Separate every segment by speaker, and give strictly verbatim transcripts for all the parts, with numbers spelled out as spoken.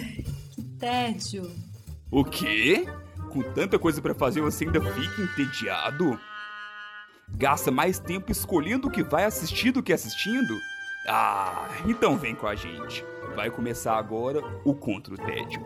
Speaker 1: Que tédio.
Speaker 2: O quê? Com tanta coisa pra fazer você ainda fica entediado? Gasta mais tempo escolhendo o que vai assistir do que assistindo? Ah, então vem com a gente. Vai começar agora o Contra o Tédio.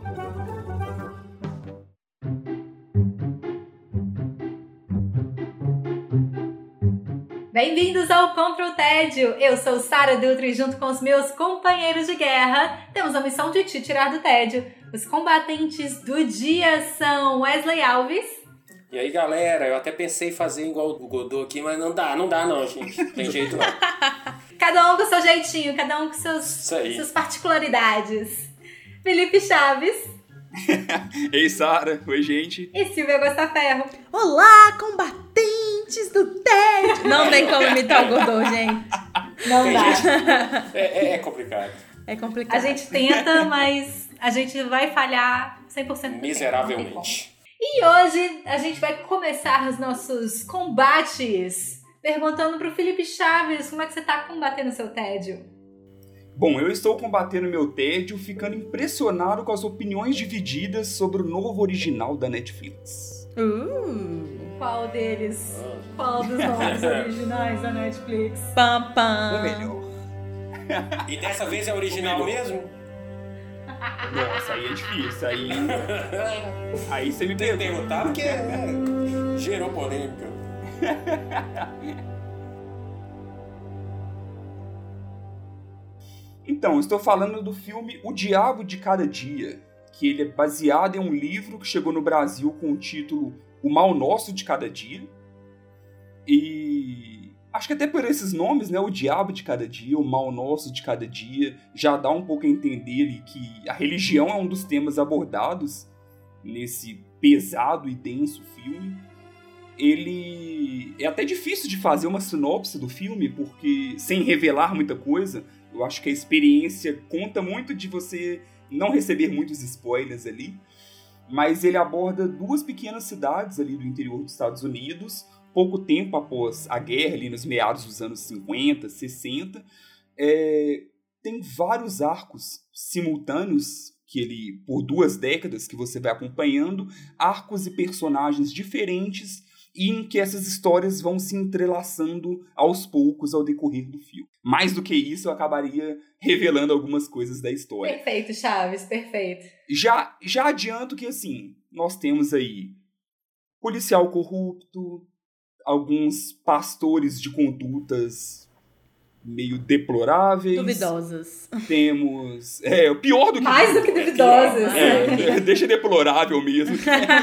Speaker 1: Bem-vindos ao Contra o Tédio! Eu sou Sara Dutra e junto com os meus companheiros de guerra, temos a missão de te tirar do tédio. Os combatentes do dia são Wesley Alves.
Speaker 3: E aí, galera, eu até pensei em fazer igual o Godot aqui, mas não dá, não dá não, gente. Não tem jeito não.
Speaker 1: Cada um com seu jeitinho, cada um com seus, suas particularidades. Felipe Chaves.
Speaker 2: Ei, Sara. Oi, gente.
Speaker 1: E Silvia Gostaferro.
Speaker 4: Olá, combatentes do tédio. Não tem como imitar o Godot, gente.
Speaker 1: Não
Speaker 3: tem
Speaker 1: dá.
Speaker 3: Gente, é, é, é complicado.
Speaker 4: É complicado.
Speaker 1: A gente tenta, mas a gente vai falhar cem por cento.
Speaker 3: Miseravelmente.
Speaker 1: E hoje a gente vai começar os nossos combates perguntando pro Felipe Chaves como é que você tá combatendo o seu tédio.
Speaker 2: Bom, eu estou combatendo meu tédio ficando impressionado com as opiniões divididas sobre o novo original da Netflix.
Speaker 4: Uh.
Speaker 1: Qual deles? Qual dos novos originais da Netflix?
Speaker 4: Pam, pam.
Speaker 2: O melhor.
Speaker 3: E dessa vez é original mesmo?
Speaker 2: Nossa, aí é difícil. Aí, aí você me
Speaker 3: Tem que
Speaker 2: pergunta.
Speaker 3: perguntar porque é, gerou polêmica.
Speaker 2: Então, estou falando do filme O Diabo de Cada Dia, que ele é baseado em um livro que chegou no Brasil com o título O Mal Nosso de Cada Dia. E acho que até por esses nomes, né, O Diabo de Cada Dia, O Mal Nosso de Cada Dia, já dá um pouco a entender que a religião é um dos temas abordados nesse pesado e denso filme. Ele é até difícil de fazer uma sinopse do filme, porque sem revelar muita coisa, eu acho que a experiência conta muito de você não receber muitos spoilers ali, mas ele aborda duas pequenas cidades ali do interior dos Estados Unidos, pouco tempo após a guerra, ali nos meados dos anos cinquenta, sessenta. É, tem vários arcos simultâneos, que ele, por duas décadas que você vai acompanhando, arcos e personagens diferentes, e em que essas histórias vão se entrelaçando aos poucos ao decorrer do filme. Mais do que isso, eu acabaria revelando algumas coisas da história.
Speaker 1: Perfeito, Chaves, perfeito.
Speaker 2: Já, já adianto que, assim, nós temos aí policial corrupto, alguns pastores de condutas meio deploráveis.
Speaker 4: Duvidosas.
Speaker 2: Temos... É, o pior do que...
Speaker 1: Mais do que duvidosas.
Speaker 2: É, deixa deplorável mesmo.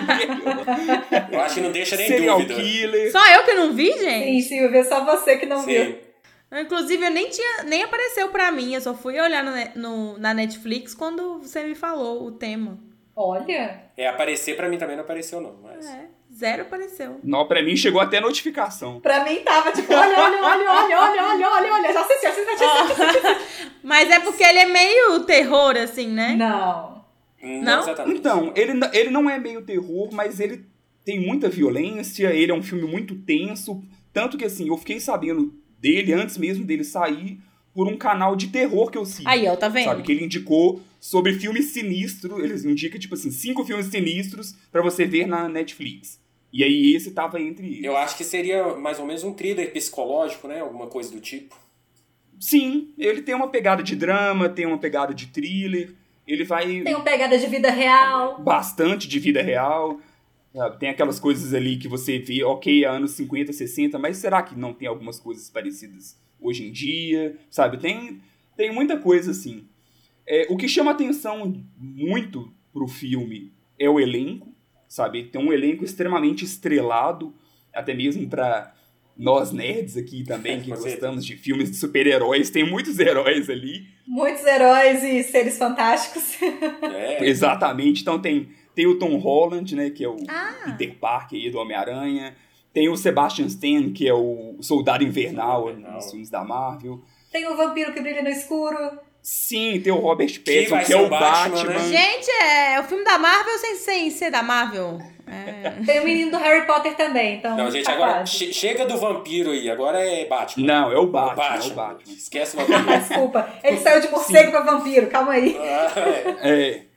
Speaker 3: Eu acho que não deixa nem
Speaker 2: Serial
Speaker 3: dúvida.
Speaker 2: Killer.
Speaker 4: Só eu que não vi, gente?
Speaker 1: Sim, Silvia, só você que não
Speaker 3: Sim.
Speaker 1: viu.
Speaker 4: Inclusive, eu nem tinha, nem apareceu pra mim. Eu só fui olhar no, no, na Netflix quando você me falou o tema.
Speaker 1: Olha.
Speaker 3: É, aparecer pra mim também não apareceu não, mas...
Speaker 4: É, zero apareceu.
Speaker 2: Não, pra mim chegou até notificação.
Speaker 1: Pra mim tava tipo, olha, olha, olha, olha, olha, olha, olha, olha, já assisti, assisti, assisti, assisti.
Speaker 4: Mas é porque ele é meio terror, assim, né?
Speaker 1: Não.
Speaker 3: Não,
Speaker 4: Não?
Speaker 3: exatamente.
Speaker 2: Então, ele, ele não é meio terror, mas ele tem muita violência, ele é um filme muito tenso, tanto que, assim, eu fiquei sabendo dele, antes mesmo dele sair, por um canal de terror que eu sigo.
Speaker 4: Aí, ó, tá vendo?
Speaker 2: Sabe, que ele indicou sobre filmes sinistros, eles indicam, tipo assim, cinco filmes sinistros pra você ver na Netflix. E aí esse tava entre eles.
Speaker 3: Eu acho que seria mais ou menos um thriller psicológico, né? Alguma coisa do tipo.
Speaker 2: Sim, ele tem uma pegada de drama, tem uma pegada de thriller, ele vai...
Speaker 1: Tem uma pegada de vida real.
Speaker 2: Bastante de vida real, sabe? Tem aquelas coisas ali que você vê, ok, é anos cinquenta, sessenta, mas será que não tem algumas coisas parecidas hoje em dia, sabe? Tem, tem muita coisa assim. É, o que chama atenção muito pro filme é o elenco, sabe? Tem um elenco extremamente estrelado, até mesmo pra nós nerds aqui também, que gostamos de filmes de super-heróis, tem muitos heróis ali.
Speaker 1: Muitos heróis e seres fantásticos.
Speaker 3: É.
Speaker 2: Exatamente, então tem, tem o Tom Holland, né, que é o
Speaker 4: Ah.
Speaker 2: Peter Parker aí do Homem-Aranha, tem o Sebastian Stan, que é o Soldado Invernal,
Speaker 3: Soldado Invernal.
Speaker 2: nos filmes da Marvel.
Speaker 1: Tem o vampiro que brilha no escuro.
Speaker 2: Sim, tem o Robert Pattinson,
Speaker 3: vai
Speaker 2: que,
Speaker 3: ser
Speaker 2: é
Speaker 3: o
Speaker 2: o
Speaker 3: Batman,
Speaker 2: Batman.
Speaker 3: né?
Speaker 4: Gente, é o filme da Marvel sem, sem ser da Marvel. É.
Speaker 1: Tem o menino do Harry Potter também, então.
Speaker 3: Não, gente,
Speaker 1: tá
Speaker 3: agora
Speaker 1: quase.
Speaker 3: che- chega do vampiro aí, agora é Batman.
Speaker 2: Não, é o Batman,
Speaker 3: O Batman.
Speaker 2: é o Batman.
Speaker 3: Esquece o vampiro.
Speaker 1: Desculpa, ele saiu de morcego pra vampiro, calma aí.
Speaker 3: Ah, é.
Speaker 2: É,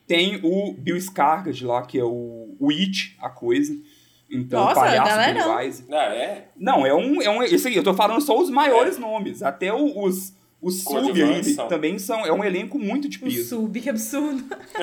Speaker 2: Tem o Bill Skarsgård lá, que é o, o It, a coisa. Então,
Speaker 4: Nossa,
Speaker 2: palhaço
Speaker 4: galerão.
Speaker 2: Pennywise.
Speaker 3: Ah, é?
Speaker 2: Não, é um, é um... Isso aí, eu tô falando só os maiores
Speaker 3: É.
Speaker 2: nomes. Até o- os, os sub
Speaker 3: Coadjuvantes
Speaker 2: aí
Speaker 3: são.
Speaker 2: também são... É um elenco muito de
Speaker 4: O
Speaker 2: peso.
Speaker 4: sub, que absurdo.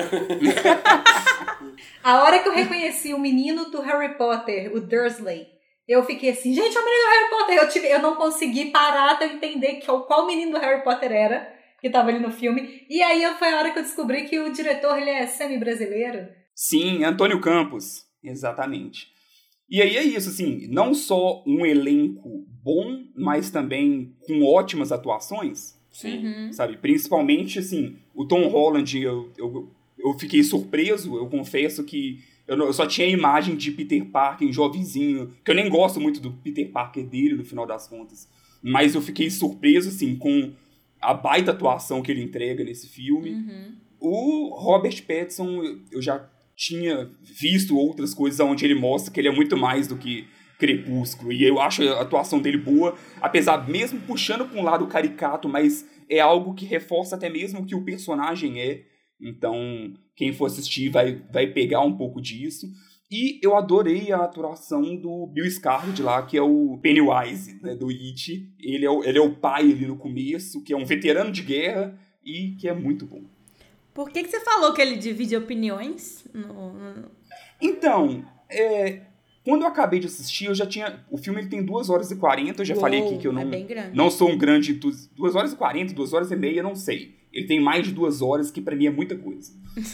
Speaker 1: A hora que eu reconheci o menino do Harry Potter, o Dursley, eu fiquei assim, gente, é o menino do Harry Potter. Eu, tive, eu não consegui parar até eu entender que, qual menino do Harry Potter era, que tava ali no filme. E aí foi a hora que eu descobri que o diretor, ele é semi-brasileiro.
Speaker 2: Sim, Antônio Campos. Exatamente. E aí é isso, assim, não só um elenco bom, mas também com ótimas atuações,
Speaker 3: Sim.
Speaker 4: Uhum.
Speaker 2: sabe? Principalmente, assim, o Tom Holland, eu, eu, eu fiquei surpreso, eu confesso que eu, não- eu só tinha a imagem de Peter Parker, jovenzinho, que eu nem gosto muito do Peter Parker dele, no final das contas, mas eu fiquei surpreso, assim, com a baita atuação que ele entrega nesse filme.
Speaker 4: Uhum.
Speaker 2: O Robert Pattinson, eu- eu já tinha visto outras coisas onde ele mostra que ele é muito mais do que Crepúsculo. E eu acho a atuação dele boa, apesar mesmo puxando para um lado caricato, mas é algo que reforça até mesmo o que o personagem é. Então, quem for assistir vai, vai pegar um pouco disso. E eu adorei a atuação do Bill Skarsgård lá, que é o Pennywise, né, do It. Ele é o, ele é o pai ali no começo, que é um veterano de guerra e que é muito bom.
Speaker 4: Por que, que você falou que ele divide opiniões? No, no...
Speaker 2: Então, é, quando eu acabei de assistir, eu já tinha... O filme ele tem duas horas e quarenta, eu já
Speaker 4: Uou,
Speaker 2: falei aqui que eu
Speaker 4: é
Speaker 2: não,
Speaker 4: bem grande.
Speaker 2: não sou um grande... entusi- duas horas e quarenta, duas horas e meia, não sei. Ele tem mais de duas horas, que pra mim é muita coisa.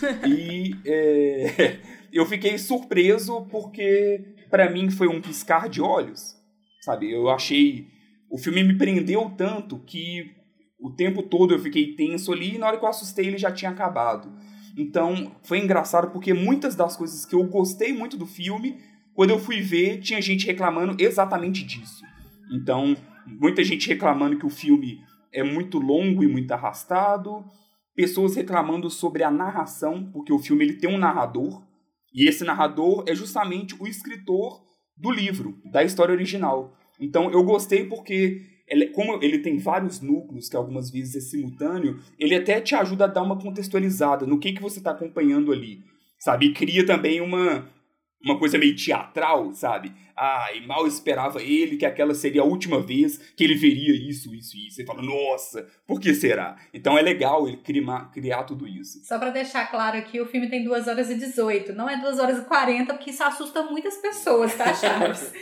Speaker 2: E é, eu fiquei surpreso porque pra mim foi um piscar de olhos, sabe? Eu achei... O filme me prendeu tanto que o tempo todo eu fiquei tenso ali e na hora que eu assustei ele já tinha acabado. Então, foi engraçado porque muitas das coisas que eu gostei muito do filme, quando eu fui ver, tinha gente reclamando exatamente disso. Então, muita gente reclamando que o filme é muito longo e muito arrastado, pessoas reclamando sobre a narração, porque o filme ele tem um narrador, e esse narrador é justamente o escritor do livro, da história original. Então, eu gostei porque... Ele, como ele tem vários núcleos, que algumas vezes é simultâneo, ele até te ajuda a dar uma contextualizada no que, que você está acompanhando ali, sabe? E cria também uma, uma coisa meio teatral, sabe? Ah, e mal esperava ele que aquela seria a última vez que ele veria isso, isso e isso. Você fala, nossa, por que será? Então é legal ele criar, criar tudo isso.
Speaker 1: Só pra deixar claro aqui, o filme tem duas horas e dezoito, não é duas horas e quarenta, porque isso assusta muitas pessoas, tá, Chaves?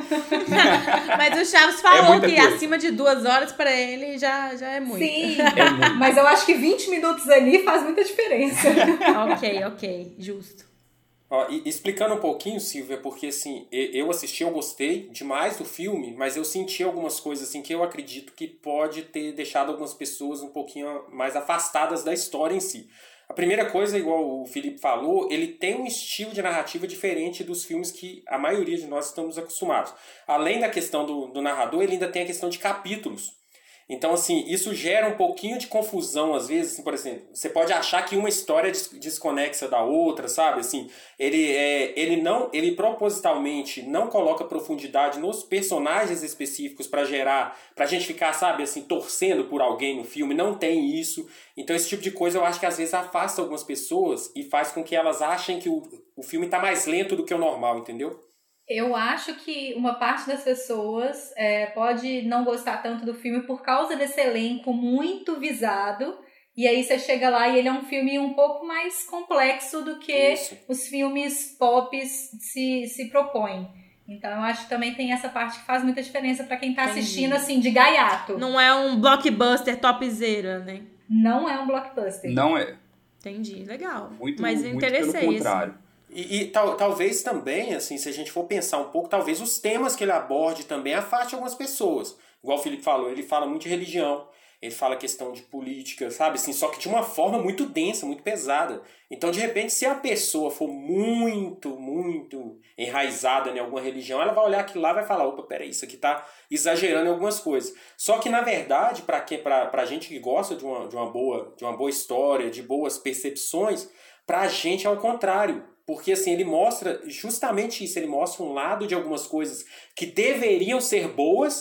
Speaker 4: Mas o Chaves
Speaker 2: É
Speaker 4: falou
Speaker 2: muita
Speaker 4: que
Speaker 2: coisa.
Speaker 4: acima de duas horas pra ele já, já é muito.
Speaker 1: Sim,
Speaker 2: É muito.
Speaker 1: mas eu acho que vinte minutos ali faz muita diferença.
Speaker 4: Ok, ok, justo.
Speaker 3: Ó, e explicando um pouquinho, Silvia, porque assim, e- eu assisti, eu gostei demais do filme, mas eu senti algumas coisas assim que eu acredito que pode ter deixado algumas pessoas um pouquinho mais afastadas da história em si. A primeira coisa, igual o Felipe falou, ele tem um estilo de narrativa diferente dos filmes que a maioria de nós estamos acostumados. Além da questão do, do narrador, ele ainda tem a questão de capítulos. Então, assim, isso gera um pouquinho de confusão, às vezes, assim, por exemplo, você pode achar que uma história é des- desconexa da outra, sabe? Assim, ele, é, ele, não, ele propositalmente não coloca profundidade nos personagens específicos para gerar, pra gente ficar, sabe, assim, torcendo por alguém no filme, não tem isso. Então, esse tipo de coisa eu acho que às vezes afasta algumas pessoas e faz com que elas achem que o, o filme tá mais lento do que o normal, entendeu?
Speaker 1: Eu acho que uma parte das pessoas é, pode não gostar tanto do filme por causa desse elenco muito visado. E aí você chega lá e ele é um filme um pouco mais complexo do que
Speaker 3: Isso.
Speaker 1: os filmes pop se, se propõem. Então eu acho que também tem essa parte que faz muita diferença pra quem tá
Speaker 4: Entendi.
Speaker 1: assistindo assim, de gaiato.
Speaker 4: Não é um blockbuster topzera, né?
Speaker 1: Não é um blockbuster.
Speaker 2: Não é.
Speaker 4: Entendi, legal.
Speaker 2: Muito,
Speaker 4: Mas
Speaker 2: muito
Speaker 4: interessei,
Speaker 2: pelo contrário.
Speaker 4: assim.
Speaker 3: E, e tal, talvez também, assim, se a gente for pensar um pouco, talvez os temas que ele aborde também afaste algumas pessoas. Igual o Felipe falou, ele fala muito de religião, ele fala questão de política, sabe? Assim, só que de uma forma muito densa, muito pesada. Então, de repente, se a pessoa for muito, muito enraizada em alguma religião, ela vai olhar aquilo lá e vai falar, opa, peraí, isso aqui tá exagerando em algumas coisas. Só que, na verdade, para que, pra, pra gente que gosta de uma, de, uma boa, de uma boa história, de boas percepções, pra gente é o contrário. Porque assim, ele mostra justamente isso, ele mostra um lado de algumas coisas que deveriam ser boas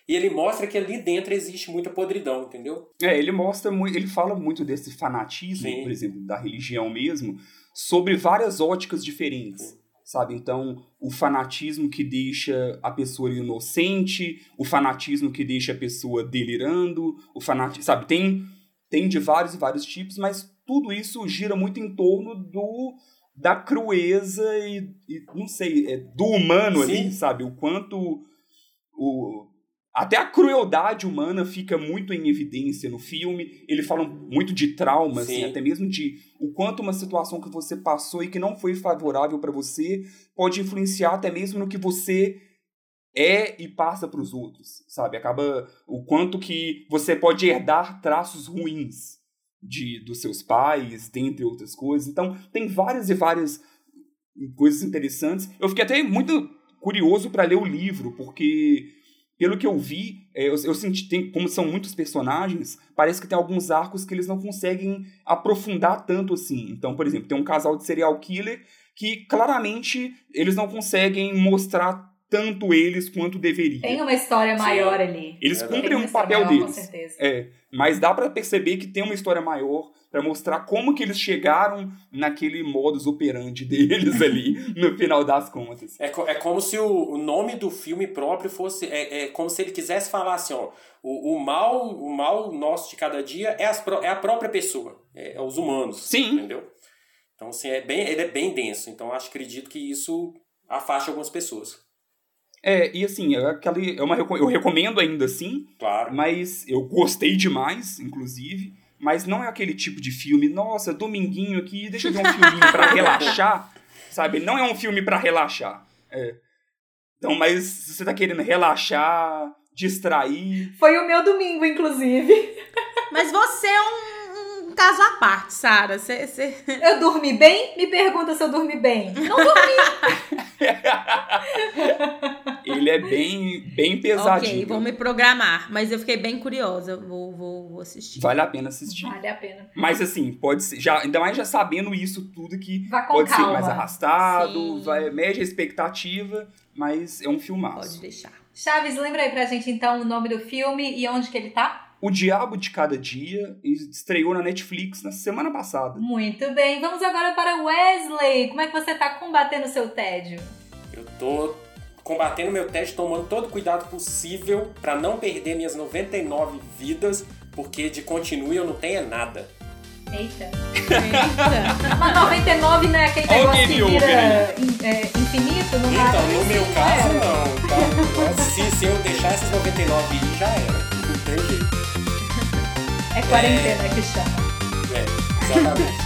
Speaker 3: e ele mostra que ali dentro existe muita podridão, entendeu?
Speaker 2: É, ele mostra muito, ele fala muito desse fanatismo, Sim. por exemplo, da religião mesmo, sobre várias óticas diferentes. Sim. Sabe? Então, o fanatismo que deixa a pessoa inocente, o fanatismo que deixa a pessoa delirando, o fanatismo, sabe? Tem, tem de vários e vários tipos, mas tudo isso gira muito em torno do, da crueza e, e não sei, é, do humano Sim. ali, sabe? O quanto... O, até a crueldade humana fica muito em evidência no filme. Ele fala muito de trauma, assim, até mesmo de o quanto uma situação que você passou e que não foi favorável para você pode influenciar até mesmo no que você é e passa para os outros, sabe? Acaba o quanto que você pode herdar traços ruins de, dos seus pais, dentre outras coisas. Então, tem várias e várias coisas interessantes. Eu fiquei até muito curioso para ler o livro, porque... Pelo que eu vi, eu, eu senti, tem, como são muitos personagens, parece que tem alguns arcos que eles não conseguem aprofundar tanto assim. Então, por exemplo, tem um casal de serial killer que claramente eles não conseguem mostrar tanto eles quanto deveria.
Speaker 1: Tem uma história maior Sim. ali.
Speaker 2: Eles cumprem um papel maior, deles. Com certeza. É, mas dá pra perceber que tem uma história maior pra mostrar como que eles chegaram naquele modus operandi deles ali, no final das contas.
Speaker 3: É, é como se o, o nome do filme próprio fosse... É, é como se ele quisesse falar assim, ó, o, o, mal, o mal nosso de cada dia é, as, é a própria pessoa, é, é os humanos.
Speaker 2: Sim.
Speaker 3: Entendeu? Então, assim, é bem, ele é bem denso. Então, acho, acredito que isso afasta algumas pessoas.
Speaker 2: É, e assim, é aquela, é uma, eu recomendo ainda assim,
Speaker 3: claro.
Speaker 2: Mas eu gostei demais, inclusive, mas não é aquele tipo de filme, nossa, dominguinho aqui, deixa eu ver um filminho pra relaxar, sabe? Não é um filme pra relaxar. É. Então, mas se você tá querendo relaxar, distrair...
Speaker 1: Foi o meu domingo, inclusive.
Speaker 4: Mas você é um, um caso à parte, Sarah. Você, você...
Speaker 1: Eu dormi bem? Me pergunta se eu dormi bem. Não dormi.
Speaker 2: Ele é bem, bem pesadinho.
Speaker 4: Ok, vou me programar. Mas eu fiquei bem curiosa. Vou, vou, vou assistir.
Speaker 2: Vale a pena assistir.
Speaker 1: Vale a pena.
Speaker 2: Mas assim, pode ser... Já, ainda mais já sabendo isso tudo que
Speaker 1: vai com
Speaker 2: pode
Speaker 1: calma.
Speaker 2: ser mais arrastado, vai, mede a expectativa, mas é um filmaço.
Speaker 4: Pode deixar.
Speaker 1: Chaves, lembra aí pra gente então o nome do filme e onde que ele tá?
Speaker 2: O Diabo de Cada Dia estreou na Netflix na semana passada.
Speaker 1: Muito bem, vamos agora para Wesley. Como é que você tá combatendo o seu tédio?
Speaker 3: Eu tô combatendo meu tédio, tomando todo o cuidado possível pra não perder minhas noventa e nove vidas, porque de continue eu não tenho nada.
Speaker 1: Eita. Eita. Mas noventa e nove não é aquele negócio que vira in, é, infinito? Não
Speaker 3: então, no meu caso não. Tá? Se, se eu deixar essas noventa e nove ir, já era. Não tem jeito.
Speaker 1: É quarentena é... que chama.
Speaker 3: É, exatamente.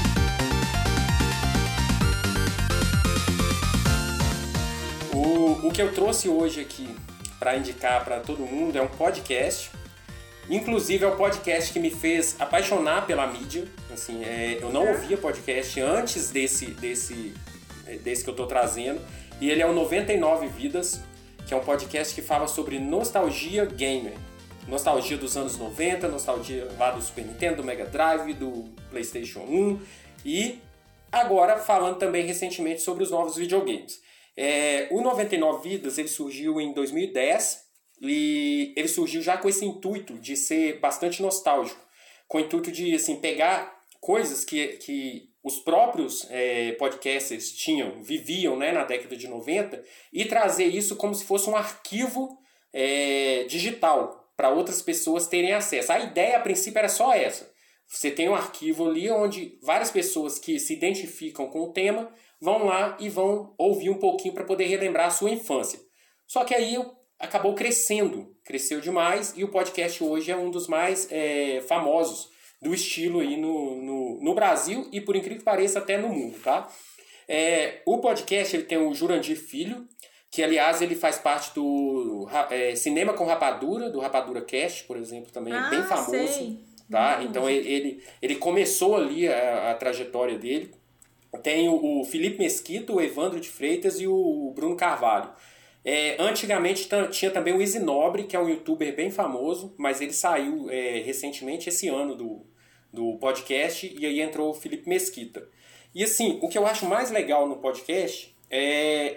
Speaker 3: o, o que eu trouxe hoje aqui para indicar para todo mundo é um podcast. Inclusive é o podcast que me fez apaixonar pela mídia. Assim, é, eu não ouvia podcast antes desse, desse, desse que eu tô trazendo. E ele é o noventa e nove Vidas, que é um podcast que fala sobre nostalgia gamer. Nostalgia dos anos noventa, nostalgia lá do Super Nintendo, do Mega Drive, do PlayStation um. E agora falando também recentemente sobre os novos videogames. É, o noventa e nove Vidas ele surgiu em dois mil e dez. E ele surgiu já com esse intuito de ser bastante nostálgico, com o intuito de assim, pegar coisas que, que os próprios é, podcasters tinham, viviam, né, na década de noventa e trazer isso como se fosse um arquivo é, digital para outras pessoas terem acesso. A ideia a princípio era só essa. Você tem um arquivo ali onde várias pessoas que se identificam com o tema vão lá e vão ouvir um pouquinho para poder relembrar a sua infância. Só que aí eu acabou crescendo, cresceu demais e o podcast hoje é um dos mais é, famosos do estilo aí no, no, no Brasil e, por incrível que pareça, até no mundo, tá? É, o podcast ele tem o Jurandir Filho, que, aliás, ele faz parte do é, Cinema com Rapadura, do Rapadura Cast, por exemplo, também
Speaker 4: ah,
Speaker 3: é bem famoso.
Speaker 4: Sei.
Speaker 3: Tá?
Speaker 4: Hum.
Speaker 3: Então, ele, ele, ele começou ali a, a trajetória dele. Tem o, o Felipe Mesquita, o Evandro de Freitas e o Bruno Carvalho. É, antigamente t- tinha também o Easy Nobre, que é um youtuber bem famoso, mas ele saiu é, recentemente, esse ano, do, do podcast, e aí entrou o Felipe Mesquita. E assim, o que eu acho mais legal no podcast é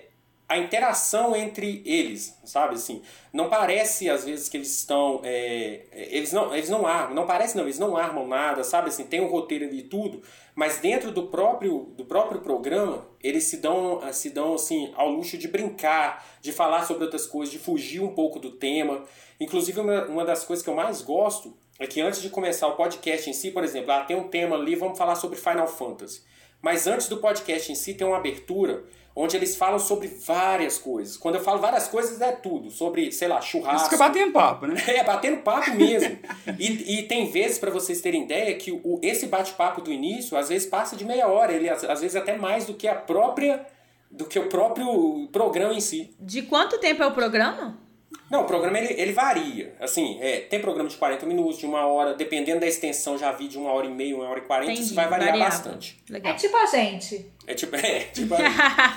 Speaker 3: a interação entre eles, sabe, assim, não parece às vezes que eles estão, é, eles não, eles não armam, não parece não, eles não armam nada, sabe, assim, tem um roteiro ali e tudo, mas dentro do próprio, do próprio programa, eles se dão, se dão, assim, ao luxo de brincar, de falar sobre outras coisas, de fugir um pouco do tema. Inclusive, uma, uma das coisas que eu mais gosto é que antes de começar o podcast em si, por exemplo, ah, tem um tema ali, vamos falar sobre Final Fantasy, mas antes do podcast em si tem uma abertura onde eles falam sobre várias coisas. Quando eu falo várias coisas, é tudo. Sobre, sei lá, churrasco.
Speaker 2: Isso que é batendo papo, né?
Speaker 3: É, batendo papo mesmo. e, e tem vezes, para vocês terem ideia, que o, esse bate-papo do início, às vezes passa de meia hora. Ele, às, às vezes, até mais do que a própria... do que o próprio programa em si.
Speaker 4: De quanto tempo é o programa?
Speaker 3: Não, o programa ele, ele varia. Assim, é, tem programa de quarenta minutos, de uma hora, dependendo da extensão, já vi de uma hora e meia, uma hora e quarenta,
Speaker 4: Entendi,
Speaker 3: isso vai variar
Speaker 4: variável.
Speaker 3: bastante.
Speaker 4: Legal.
Speaker 1: É tipo a gente.
Speaker 3: É tipo, é, tipo a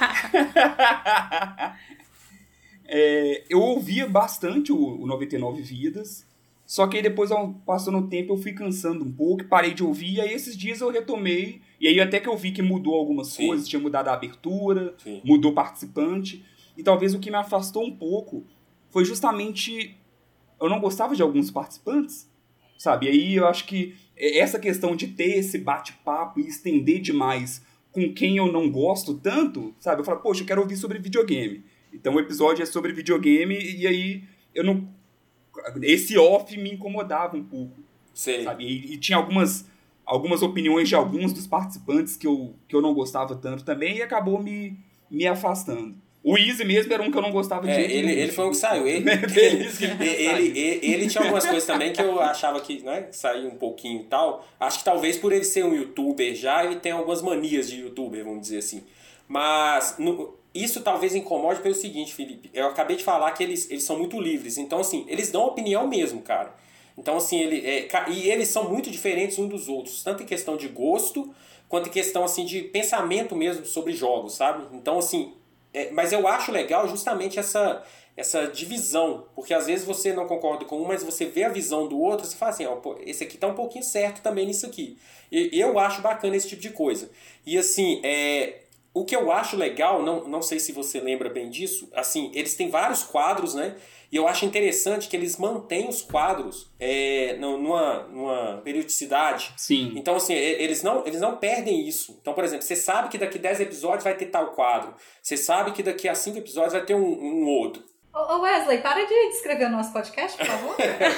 Speaker 2: É, eu ouvia bastante o, o noventa e nove Vidas, só que aí depois, ao- passando o tempo, eu fui cansando um pouco, parei de ouvir, e aí esses dias eu retomei, e aí até que eu vi que mudou algumas
Speaker 3: Sim.
Speaker 2: coisas, tinha mudado a abertura,
Speaker 3: Sim.
Speaker 2: mudou participante, e talvez o que me afastou um pouco foi justamente, eu não gostava de alguns participantes, sabe? E aí eu acho que essa questão de ter esse bate-papo e estender demais com quem eu não gosto tanto, sabe? Eu falo, poxa, eu quero ouvir sobre videogame. Então o episódio é sobre videogame e aí eu não... Esse off me incomodava um pouco,
Speaker 3: Sei.
Speaker 2: sabe? E, e tinha algumas, algumas opiniões de alguns dos participantes que eu, que eu não gostava tanto também e acabou me, me afastando. O Easy mesmo era um que eu não gostava de
Speaker 3: É,
Speaker 2: jeito
Speaker 3: ele,
Speaker 2: nenhum.
Speaker 3: ele foi um que saiu. Ele,
Speaker 2: Ele, isso que ele
Speaker 3: ele,
Speaker 2: saiu.
Speaker 3: ele, ele- ele tinha algumas coisas também que eu achava que, né, saiu um pouquinho e tal. Acho que talvez por ele ser um youtuber já, ele tem algumas manias de youtuber, vamos dizer assim. Mas no- isso talvez incomode pelo seguinte, Felipe. Eu acabei de falar que eles, eles são muito livres. Então, assim, eles dão opinião mesmo, cara. Então, assim, ele, é, ca- e eles são muito diferentes uns dos outros. Tanto em questão de gosto, quanto em questão, assim, de pensamento mesmo sobre jogos, sabe? Então, assim... É, mas eu acho legal justamente essa, essa divisão, porque às vezes você não concorda com um, mas você vê a visão do outro, você fala assim, ó, pô, esse aqui tá um pouquinho certo também nisso aqui. E eu acho bacana esse tipo de coisa. E assim, é, o que eu acho legal, não, não sei se você lembra bem disso, assim, eles têm vários quadros, né? E eu acho interessante que eles mantêm os quadros é, numa, numa periodicidade.
Speaker 2: Sim.
Speaker 3: Então, assim, e- eles não, eles não perdem isso. Então, por exemplo, você sabe que daqui dez episódios vai ter tal quadro. Você sabe que daqui a cinco episódios vai ter um, um outro.
Speaker 1: Ô ô, Wesley, para de descrever o nosso podcast, por favor.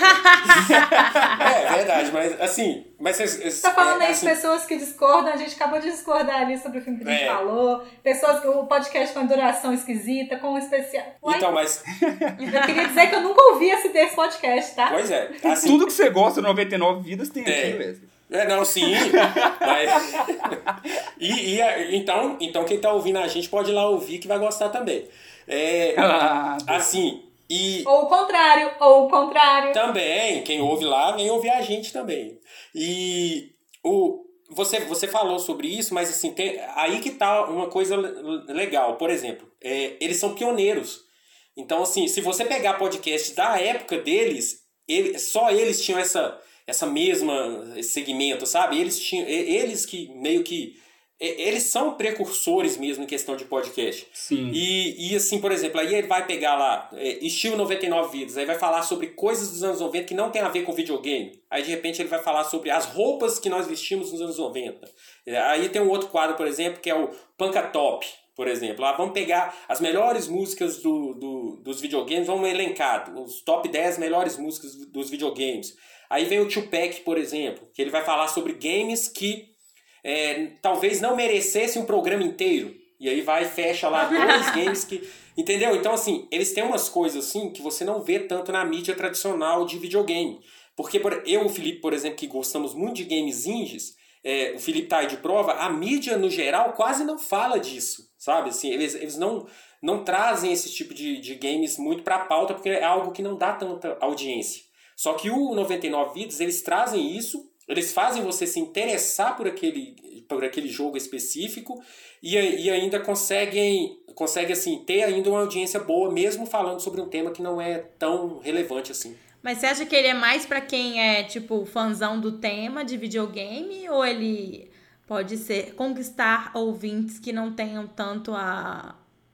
Speaker 3: É verdade, mas assim... Mas,
Speaker 1: Você tá falando
Speaker 3: é,
Speaker 1: aí
Speaker 3: assim,
Speaker 1: de pessoas que discordam, a gente acabou de discordar ali sobre o filme que a gente
Speaker 3: É.
Speaker 1: falou. Pessoas que o podcast com duração esquisita, com um especial. Uai,
Speaker 3: Então, mas...
Speaker 1: eu queria dizer que eu nunca ouvi esse desse podcast, tá?
Speaker 3: Pois é. Assim,
Speaker 2: Tudo que você gosta do noventa e nove Vidas tem
Speaker 3: É.
Speaker 2: aqui, Wesley.
Speaker 3: É, não, sim. Mas... e, e a- então, então, quem tá ouvindo a gente pode ir lá ouvir que vai gostar também. É,
Speaker 2: Ah,
Speaker 3: assim, e...
Speaker 1: Ou o contrário, ou o contrário.
Speaker 3: Também, quem ouve lá, vem ouvir a gente também. E o, você, você falou sobre isso, mas assim, tem, aí que tá uma coisa le- legal. Por exemplo, é, eles são pioneiros. Então, assim, se você pegar podcast da época deles, ele, só eles tinham essa, essa mesma esse segmento, sabe? Eles, tinham, e- eles que meio que... e- Eles são precursores mesmo em questão de podcast.
Speaker 2: sim.
Speaker 3: E, e assim, por exemplo, aí ele vai pegar lá, é, estilo noventa e nove Vidas, aí vai falar sobre coisas dos anos noventa que não tem a ver com videogame. Aí de repente ele vai falar sobre as roupas que nós vestimos nos anos noventa. É, aí tem um outro quadro, por exemplo, que é o Panca Top, por exemplo. Lá vamos pegar as melhores músicas do, do, dos videogames, vamos elencar os top dez melhores músicas dos videogames. Aí vem o Tupac, por exemplo, que ele vai falar sobre games que É, talvez não merecesse um programa inteiro. E aí vai e fecha lá dois games que... Entendeu? Então, assim, eles têm umas coisas assim que você não vê tanto na mídia tradicional de videogame. Porque por, eu e o Felipe, por exemplo, que gostamos muito de games indies, é, o Felipe tá aí de prova, a mídia, no geral, quase não fala disso, sabe? Assim, eles, eles não, não trazem esse tipo de, de games muito pra pauta, porque é algo que não dá tanta audiência. Só que o noventa e nove Vidas, eles trazem isso. Eles fazem você se interessar por aquele, por aquele jogo específico e, e ainda conseguem, conseguem assim, ter ainda uma audiência boa, mesmo falando sobre um tema que não é tão relevante assim.
Speaker 4: Mas você acha que ele é mais pra quem é, tipo, fãzão do tema de videogame? Ou ele pode ser conquistar ouvintes que não tenham tanto a...